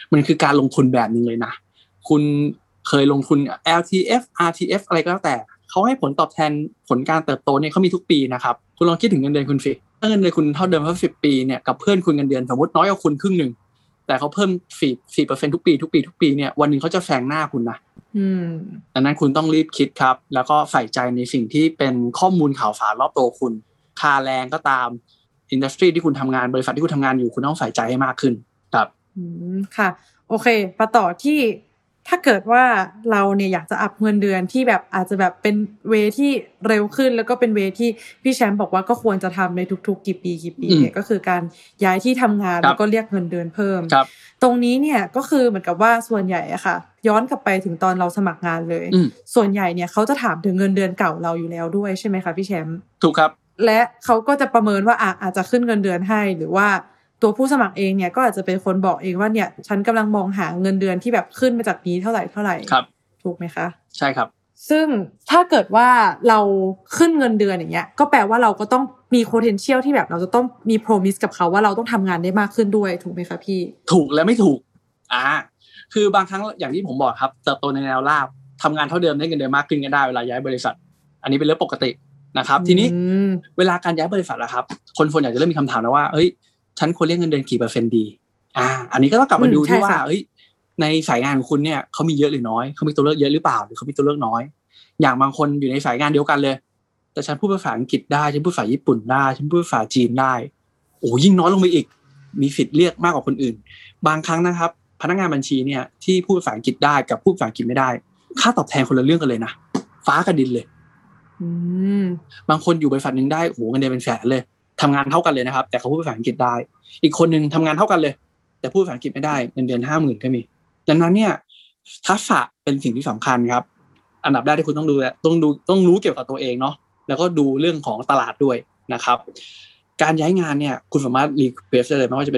มันคือการลงทุนแบบนึงเลยนะคุณเคยลงทุน LTF RTF อะไรก็แล้วแต่เขาให้ผลตอบแทนผลการเติบโตเนี่ยเขามีทุกปีนะครับคุณลองคิดถึงเงินเดือนคุณสิถ้าเงินเดือนคุณเท่าเดิม10 ปีเนี่ยกับเพื่อนคุณเงินเดือนสมมติน้อยกว่าคุณครึ่งนึงแต่เขาเพิ่ม4% ทุกปีเนี่ยวันนึงเขาจะแซงหน้าคุณนะดังนั้นคุณต้องรีบคิดครับแล้วก็ใส่ใจในสิ่งที่เป็นข้อมูลข่าวสารรอบตัวคุณค่าแรงก็ตามอินดัสทรีที่คุณทำงานบริษัทที่คุณทำงานอยู่คุณต้องใส่ใจให้มากขึ้นครับ
ค่ะโอเคมาต่อที่ถ้าเกิดว่าเราเนี่ยอยากจะอัพเงินเดือนที่แบบอาจจะแบบเป็นเวที่เร็วขึ้นแล้วก็เป็นเวที่พี่แชมป์บอกว่าก็ควรจะทำในทุกๆกี่ปีเนี่ยก็คือการย้ายที่ทำงานแล้วก็เรียกเงินเดือนเพิ่มตรงนี้เนี่ยก็คือเหมือนกับว่าส่วนใหญ่อะค่ะย้อนกลับไปถึงตอนเราสมัครงานเลยส่วนใหญ่เนี่ยเขาจะถามถึงเงินเดือนเก่าเราอยู่แล้วด้วยใช่ไหมคะพี่แชมป์
ถูกครับ
และเขาก็จะประเมินว่าอาจจะขึ้นเงินเดือนให้หรือว่าตัวผู้สมัครเองเนี่ยก็อาจจะเป็นคนบอกเองว่าเนี่ยฉันกำลังมองหาเงินเดือนที่แบบขึ้นมาจากนี้เท่าไหร่
ครับ
ถูกไหมคะ
ใช่ครับ
ซึ่งถ้าเกิดว่าเราขึ้นเงินเดือนอย่างเงี้ยก็แปลว่าเราก็ต้องมี potential ที่แบบเราจะต้องมี promise กับเขาว่าเราต้องทำงานได้มากขึ้นด้วยถูกไหมคะพี่
ถูกและไม่ถูกคือบางครั้งอย่างที่ผมบอกครับเติบโตในแนวราบทำงานเท่าเดิมได้เงินเดือนมากขึ้นก็ได้เวลาย้ายบริษัทอันนี้เป็นเรื่องปกตินะครับทีนี้เวลาการย้ายบริษัทล่ะครับคนส่วนใหญ่จะเริ่มมีคำถามแล้วว่าเฮ้ยฉันควรเรียกเงินเดือนกี่เปอร์เซ็นต์ดีอันนี้ก็ต้องกลับมาดูที่ว่าเฮ้ยในสายงานของคุณเนี่ยเขามีเยอะหรือน้อยเขามีตัวเลือกเยอะหรือเปล่าหรือเขามีตัวเลือกน้อยอย่างบางคนอยู่ในสายงานเดียวกันเลยแต่ฉันพูดภาษาอังกฤษได้ฉันพูดภาษาญี่ปุ่นได้ฉันพูดภาษาจีนได้โอ้ยิ่งน้อยลงไปอีกมีสิทธิ์เรียกมากกว่าคนอื่นบางครั้งนะครับพนักงานบัญชีเนี่ยที่พูดภาษาอังกฤษได้กับพูดภาษาอังกฤษไม่ได้ค่าตอบแทนคนละเรื่องกันเลยนะฟ้ากับดินเลยบางคนอยู่บริษัทนึงได้โอ้โหเงินเดือนเป็นแสนเลยทำงานเท่ากันเลยนะครับแต่เขาพูดภาษาอังกฤษได้อีกคนนึงทำงานเท่ากันเลยแต่พูดภาษาอังกฤษไม่ได้เงินเดือน 50,000 ก็มีดังนั้นเนี่ยทักษะเป็นสิ่งที่สำคัญครับอันดับแรกที่คุณต้องรู้เกี่ยวกับตัวเองเนาะแล้วก็ดูเรื่องของตลาดด้วยนะครับการย้ายงานเนี่ยคุณสามารถรีเควสได้เลยไม่ว่าจะเป็น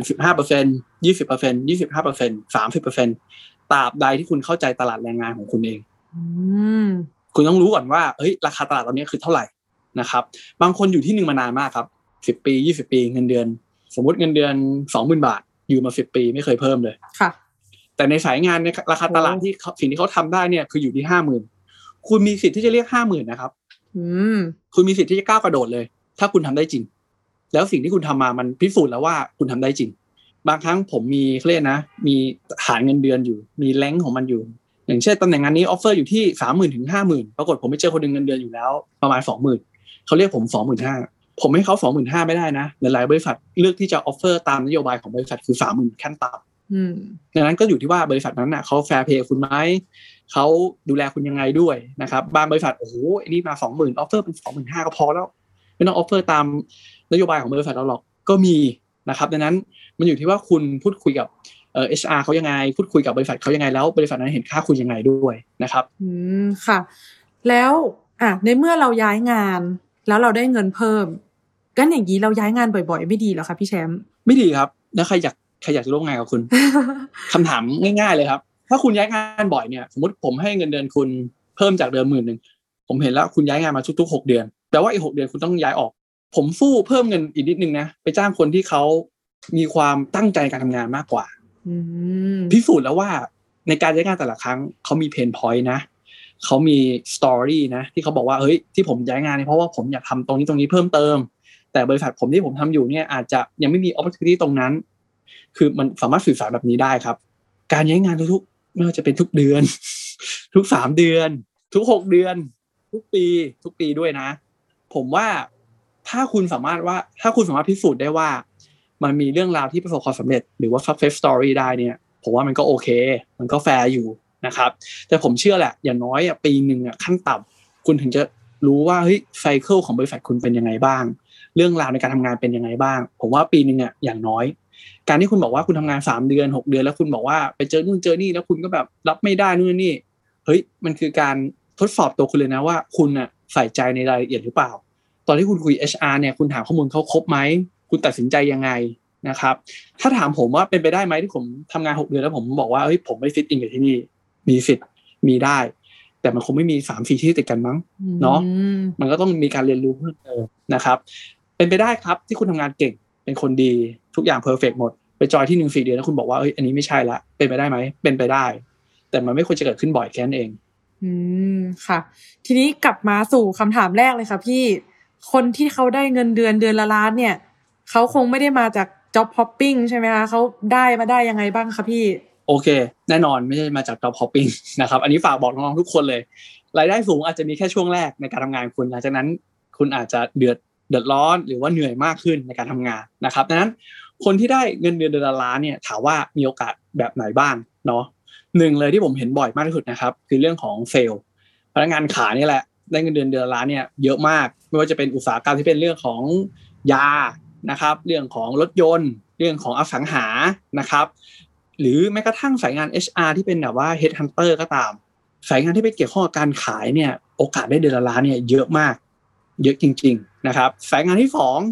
15% 20% 25% 30% ตราบใดที่คุณเข้าใจตลาดแรงงานของคุณเองคุณต้องรู้ก่อนว่าเฮ้ยราคาตลาดตอนนี้คือเท่าไหร่นะครับบางคนอยู่ที่นึงมานานมากครับ10 ปี20 ปีเงินเดือนสมมุติเงินเดือน 20,000 บาทอยู่มา10 ปีไม่เคยเพิ่มเลย
ค่ะ
แต่ในสายงานในราคาตลาดที่สิ่งที่เขาทำได้เนี่ยคืออยู่ที่ 50,000 คุณมีสิทธิ์ที่จะเรียก 50,000 นะครับคุณมีสิทธิ์ที่จะก้าวกระโดดเลยถ้าคุณทำได้จริงแล้วสิ่งที่คุณทำมามันพิสูจน์แล้วว่าคุณทำได้จริงบางครั้งผมมีเรียกนะมีฐานเงินเดือนอยู่มีแรงของมันอยู่อย่างเช่นตำแหน่งงานนี้ออฟเฟอร์อยู่ที่ 30,000 ถึง 50,000 ปรากฏผมไปเจอคนนึงเงินเดือนอยู่แล้วประมาณ 20,000 เขาเรียกผม 25,000 ผมให้เขา 25,000 ไม่ได้นะหลายๆบริษัทเลือกที่จะออฟเฟอร์ตามนโยบายของบริษัทคือ 30,000 ขั้นต่ำดังนั้นก็อยู่ที่ว่าบริษัทนั้นน่ะเขาแฟร์เพย์คุณไหมเขาดูแลคุณยังไงด้วยนะครับบางบริษัทโอ้โหอันนี้มา 20,000 ออฟเฟอร์เป็น 25,000 ก็พอแล้วไม่ต้องออฟเฟอร์ตามนโยบายของบริษัทเราหรอกก็มีนะครับดังนั้นมันอยู่ที่ว่าคุณพูดคุยกับHR เขายังไงพูดคุยกับบริษัทเขายังไงแล้วบริษัทนั้นเห็นค่าคุณยังไงด้วยนะครับ
ค่ะแล้วในเมื่อเราย้ายงานแล้วเราได้เงินเพิ่มงั้นอย่างนี้เราย้ายงานบ่อยๆไม่ดีเหรอคะพี่แชมป์
ไม่ดีครับแล้วใครอยากจะร่วมงานกับคุณ คำถามง่ายๆเลยครับถ้าคุณย้ายงานบ่อยเนี่ยสมมติผมให้เงินเดือนคุณเพิ่มจากเดิม 10,000 ผมเห็นแล้วคุณย้ายงานมาทุกๆ6 เดือนแต่ว่าอีก6 เดือนคุณต้องย้ายออกผมสู้เพิ่มเงินอีกนิดนึงนะไปจ้างคนที่เขามีความตั้งใจการทำงานมากกว่าพิสูจน์แล้วว่าในการย้ายงานแต่ละครั้งเขามีเพนพอยต์นะเขามีสตอรี่นะที่เขาบอกว่าเฮ้ยที่ผมย้ายงานเนี่ยเพราะว่าผมอยากทำตรงนี้เพิ่มเติมแต่บริษัทผมที่ผมทำอยู่เนี่ยอาจจะยังไม่มี opportunity ตรงนั้นคือมันสามารถสื่อสารแบบนี้ได้ครับการย้ายงานทุกๆไม่ว่าจะเป็นทุกเดือน ทุก3 เดือนทุก6 เดือนทุกปีด้วยนะผมว่าถ้าคุณสามารถพิสูจน์ได้ว่ามันมีเรื่องราวที่ประสบความสำเร็จหรือว่า success story ได้เนี่ยผมว่ามันก็โอเคมันก็แฟร์อยู่นะครับแต่ผมเชื่อแหละอย่างน้อยปีนึงขั้นต่ำคุณถึงจะรู้ว่าเฮ้ยไซเคิลของบริษัทคุณเป็นยังไงบ้างเรื่องราวในการทำงานเป็นยังไงบ้างผมว่าปีนึงอย่างน้อยการที่คุณบอกว่าคุณทำงาน3 เดือน6 เดือนแล้วคุณบอกว่าไปเจอนู่นเจอนี่แล้วคุณก็แบบรับไม่ได้นู่นนี่เฮ้ยมันคือการทดสอบตัวคุณเลยนะว่าคุณใส่ใจในรายละเอียดหรือเปล่าตอนที่คุณคุย HR เนี่ยคุณถามข้อมูลเขาครบไหมคุณตัดสินใจยังไงนะครับถ้าถามผมว่าเป็นไปได้ไหมที่ผมทำงาน6 เดือนแล้วผมบอกว่าเฮ้ยผมไม่ฟิตอินกับที่นี่มีสิทธิ์มีได้แต่มันคงไม่มี 3-4 ที่ติดกันมั้งเนาะมันก็ต้องมีการเรียนรู้เพิ่มเติมนะครับเป็นไปได้ครับที่คุณทำงานเก่งเป็นคนดีทุกอย่างเพอร์เฟคหมดไปจอยที่1 4 เดือนแล้วคุณบอกว่าเอ้ยอันนี้ไม่ใช่ละเป็นไปได้ไหมเป็นไปได้แต่มันไม่ควรจะเกิดขึ้นบ่อยแค่นั้นเอง
ค่ะทีนี้กลับมาสู่คำถามแรกเลยค่ะพี่คนที่เขาได้เงินเดือนละล้านเนี่ยเขาคงไม่ได้มาจาก job hopping ใช่ไหมคะเขาได้มาได้ยังไงบ้างคะพี่
โอเคแน่นอนไม่ใช่มาจาก job hopping นะครับอันนี้ฝากบอกน้องๆทุกคนเลยรายได้สูงอาจจะมีแค่ช่วงแรกในการทำงานคุณหลังจากนั้นคุณอาจจะเดือดร้อนหรือว่าเหนื่อยมากขึ้นในการทำงานนะครับดังนั้นคนที่ได้เงินเดือนละล้านเนี่ยถามว่ามีโอกาสแบบไหนบ้างเนาะหนึ่งเลยที่ผมเห็นบ่อยมากที่สุดนะครับคือเรื่องของเซลล์พนักงานขายนี่แหละได้เงินเดือนละล้านเนี่ยเยอะมากไม่ว่าจะเป็นอุตสาหกรรมที่เป็นเรื่องของยานะครับเรื่องของรถยนต์เรื่องของอสังหานะครับหรือแม้กระทั่งสายงาน HR ที่เป็นแบบว่า Headhunter ก็ตามสายงานที่ไปเกี่ยวข้องกับการขายเนี่ยโอกาสได้เดือนละล้านเนี่ยเยอะมากเยอะจริงๆนะครับสายงานที่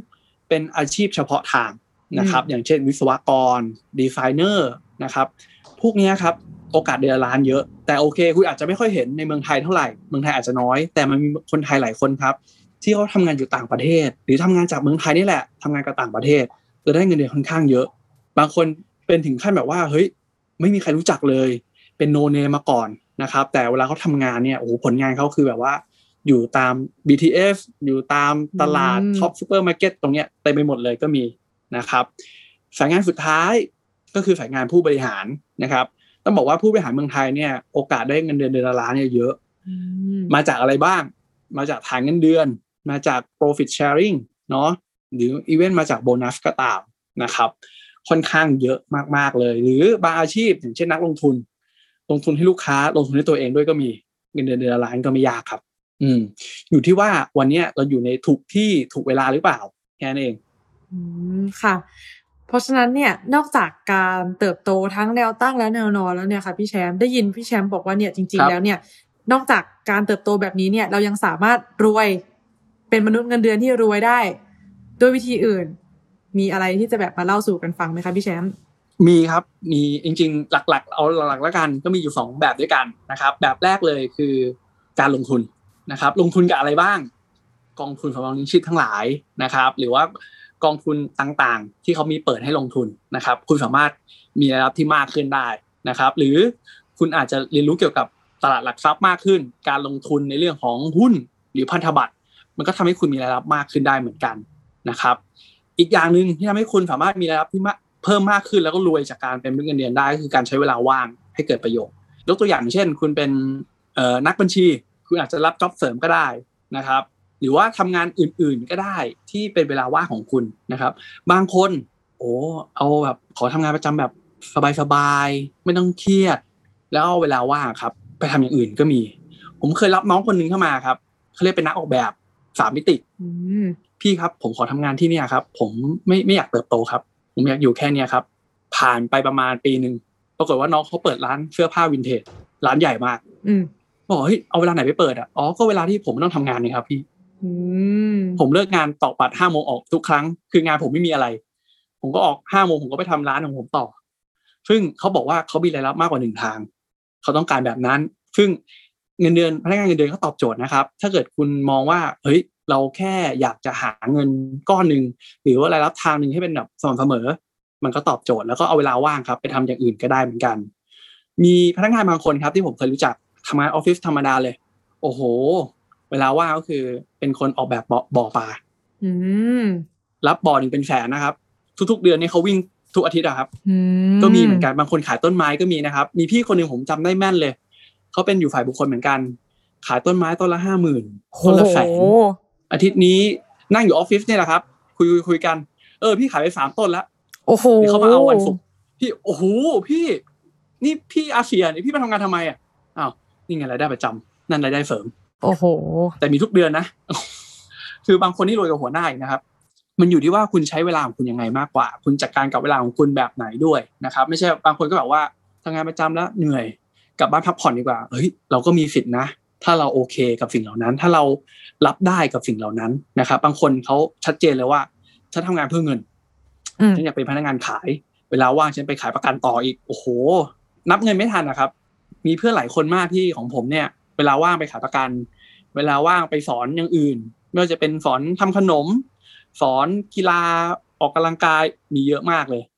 2เป็นอาชีพเฉพาะทางนะครับอย่างเช่นวิศวกรดีไซเนอร์นะครับพวกนี้ครับโอกาสเดือนละล้านเยอะแต่โอเคคุณอาจจะไม่ค่อยเห็นในเมืองไทยเท่าไหร่เมืองไทยอาจจะน้อยแต่มันมีคนไทยหลายคนครับที่เขาทำงานอยู่ต่างประเทศหรือทำงานจากเมืองไทยนี่แหละทำงานกับต่างประเทศจะได้เงินเดือนค่อนข้างเยอะบางคนเป็นถึงขั้นแบบว่าเฮ้ยไม่มีใครรู้จักเลยเป็นโนเนมมาก่อนนะครับแต่เวลาเขาทำงานเนี่ยโอ้โหผลงานเขาคือแบบว่าอยู่ตาม BTS อยู่ตามตลาดท็อปซูเปอร์มาร์เก็ตตรงเนี้ยเต็มไปหมดเลยก็มีนะครับสายงานสุดท้ายก็คือสายงานผู้บริหารนะครับต้องบอกว่าผู้บริหารเมืองไทยเนี่ยโอกาสได้เงินเดือนละล้านเนี่ยเยอะมาจากอะไรบ้างมาจากฐานเงินเดือนมาจาก profit sharing เนาะหรืออีเวนต์มาจากโบนัสก็ตามนะครับค่อนข้างเยอะมากๆเลยหรือบางอาชีพอย่างเช่นนักลงทุนให้ลูกค้าลงทุนให้ตัวเองด้วยก็มีเงินเดือนละล้านก็ไม่ยากครับอยู่ที่ว่าวันนี้เราอยู่ในถูกที่ถูกเวลาหรือเปล่าแค่นั้นเอง
ค่ะเพราะฉะนั้นเนี่ยนอกจากการเติบโตทั้งแนวตั้งและแนวนอนแล้วเนี่ยค่ะพี่แชมป์ได้ยินพี่แชมป์บอกว่าเนี่ยจริงๆแล้วเนี่ยนอกจากการเติบโตแบบนี้เนี่ยเรายังสามารถรวยเป็นมนุษย์เงินเดือนที่รวยได้ด้วยวิธีอื่นมีอะไรที่จะแบบมาเล่าสู่กันฟังไหมคะพี่แชมป์
มีครับมีจริงๆหลักๆเอาหลักๆแล้วกันก็มีอยู่2แบบด้วยกันนะครับแบบแรกเลยคือการลงทุนนะครับลงทุนกับอะไรบ้างกองทุนสำรองเลี้ยงชีพทั้งหลายนะครับหรือว่ากองทุนต่างๆที่เขามีเปิดให้ลงทุนนะครับคุณสามารถมีรายรับที่มากขึ้นได้นะครับหรือคุณอาจจะเรียนรู้เกี่ยวกับตลาดหลักทรัพย์มากขึ้นการลงทุนในเรื่องของหุ้นหรือพันธบัตรมันก็ทำให้คุณมีรายรับมากขึ้นได้เหมือนกันนะครับอีกอย่างนึงที่ทำให้คุณสามารถมีรายรับที่เพิ่มมากขึ้นแล้วก็รวยจากการเป็นเงินเดือนได้ก็คือการใช้เวลาว่างให้เกิดประโยชน์ยกตัวอย่างเช่นคุณเป็นนักบัญชีคุณอาจจะรับจ็อบเสริมก็ได้นะครับหรือว่าทำงานอื่นๆก็ได้ที่เป็นเวลาว่างของคุณนะครับบางคนเอาแบบขอทำงานประจำแบบสบายๆไม่ต้องเครียดแล้วเอาเวลาว่างครับไปทำอย่างอื่นก็มีผมเคยรับน้องคนนึงเข้ามาครับเขาเรียกเป็นนักออกแบบ3 มิติพี่ครับผมขอทำงานที่นี่ครับผมไม่อยากเติบโตครับผมอยากอยู่แค่นี้ครับผ่านไปประมาณปีนึงปรากฏว่าน้องเขาเปิดร้านเสื้อผ้าวินเทจร้านใหญ่มากบอกเฮ้ยเอาเวลาไหนไปเปิดอ่ะก็เวลาที่ผมไม่ต้องทำงานนี่ครับพี่ผมเลิกงานตอกบัตร 5 โมงออกทุกครั้งคืองานผมไม่มีอะไรผมก็ออก 5 โมงผมก็ไปทำร้านของผมต่อซึ่งเขาบอกว่าเขามีรายรับมากกว่า1 ทางเขาต้องการแบบนั้นซึ่งเงินเดือนพนักงานเงินเดือนเขาตอบโจทย์นะครับถ้าเกิดคุณมองว่าเฮ้ยเราแค่อยากจะหาเงินก้อนนึงหรือว่ารายรับทางนึงให้เป็นแบบสม่ำเสมอมันก็ตอบโจทย์แล้วก็เอาเวลาว่างครับไปทำอย่างอื่นก็ได้เหมือนกันมีพนักงานบางคนครับที่ผมเคยรู้จักทำงานออฟฟิศธรรมดาเลยโอ้โหเวลาว่างก็คือเป็นคนออกแบบบ่อปลารับบ่อนึงเป็นแสนนะครับทุกๆเดือนนี่เขาวิ่งทุกอาทิตย์อะครับก็มีเหมือนกันบางคนขายต้นไม้ก็มีนะครับมีพี่คนนึงผมจำได้แม่นเลยเขาเป็นอยู่ฝ่ายบุคคลเหมือนกันขายต้นไม้ต้นละ 50,000 ต้นละแสนอาทิตย์นี้นั่งอยู่ออฟฟิศเนี่ยแหละครับคุยกันพี่ขายไป3 ต้นแล้วโอ้โหเขามาเอาวันศุกร์พี่โอ้โหพี่นี่พี่อาเซียนี่พี่มาทำงานทำไมอ่ะอ้าวนี่ไงรายได้ประจำนั่นรายได้เสริมโอ้โหแต่มีทุกเดือนนะ คือบางคนที่รวยกับหัวหน้าอีกนะครับมันอยู่ที่ว่าคุณใช้เวลาของคุณยังไงมากกว่าคุณจัดการกับเวลาของคุณแบบไหนด้วยนะครับไม่ใช่บางคนก็แบบว่าทำงานประจำแล้วเหนื่อยกลับบ้านพักผ่อนดีกว่าเฮ้ยเราก็มีสิทธินะถ้าเราโอเคกับสิ่งเหล่านั้นถ้าเรารับได้กับสิ่งเหล่านั้นนะครับบางคนเขาชัดเจนเลยว่าฉันทำงานเพื่อเงินฉันอยากเป็นพนักงานขายเวลาว่างฉันไปขายประกันต่ออีกโอ้โหนับเงินไม่ทันนะครับมีเพื่อนหลายคนมากที่ของผมเนี่ยเวลาว่างไปขายประกันเวลาว่างไปสอนอย่างอื่นไม่ว่าจะเป็นสอนทำขนมสอนกีฬาออกกำลังกายมีเยอะมากเลย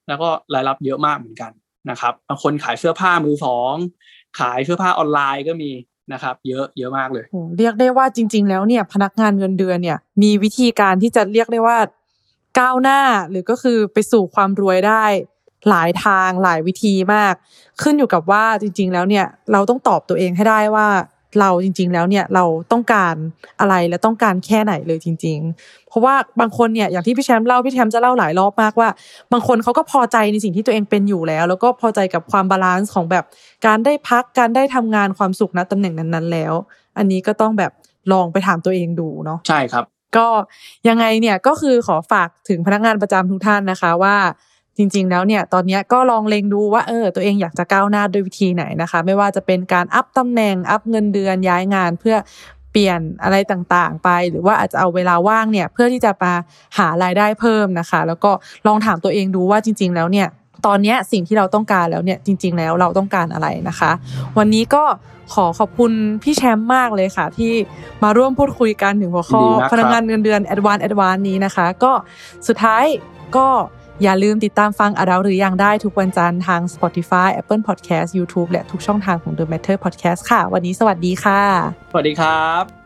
แล้วก็รายรับเยอะมากเหมือนกันนะครับบางคนขายเสื้อผ้ามือสองขายเสื้อผ้าออนไลน์ก็มีนะครับเยอะมากเลย
เรียกได้ว่าจริงๆแล้วเนี่ยพนักงานเงินเดือนเนี่ยมีวิธีการที่จะเรียกได้ว่าก้าวหน้าหรือก็คือไปสู่ความรวยได้หลายทางหลายวิธีมากขึ้นอยู่กับว่าจริงๆแล้วเนี่ยเราต้องตอบตัวเองให้ได้ว่าเราจริงๆแล้วเนี่ยเราต้องการอะไรและต้องการแค่ไหนเลยจริงๆเพราะว่าบางคนเนี่ยอย่างที่พี่แชมป์จะเล่าหลายรอบมากว่าบางคนเขาก็พอใจในสิ่งที่ตัวเองเป็นอยู่แล้วก็พอใจกับความบาลานซ์ของแบบการได้พักการได้ทำงานความสุขณตำแหน่งนั้นๆแล้วอันนี้ก็ต้องแบบลองไปถามตัวเองดูเนาะ
ใช่ครับ
ก็ยังไงเนี่ยก็คือขอฝากถึงพนักงานประจำทุกท่านนะคะว่าจริงๆแล้วเนี่ยตอนนี้ก็ลองเล็งดูว่าตัวเองอยากจะก้าวหน้าด้วยวิธีไหนนะคะไม่ว่าจะเป็นการอัพตำแหน่งอัพเงินเดือนย้ายงานเพื่อเปลี่ยนอะไรต่างๆไปหรือว่าอาจจะเอาเวลาว่างเนี่ยเพื่อที่จะมาหารายได้เพิ่มนะคะแล้วก็ลองถามตัวเองดูว่าจริงๆแล้วเนี่ยตอนนี้สิ่งที่เราต้องการแล้วเนี่ยจริงๆแล้วเราต้องการอะไรนะคะวันนี้ก็ขอบคุณพี่แชมป์มากเลยค่ะที่มาร่วมพูดคุยกันถึงหัวข้อพนักงานเงินเดือน Advance นี้นะคะก็สุดท้ายก็อย่าลืมติดตามฟังเราหรือยังได้ทุกวันจันทร์ทาง Spotify Apple Podcast YouTube และทุกช่องทางของ The Matter Podcast ค่ะวันนี้สวัสดีค่ะ
สวัสดีครับ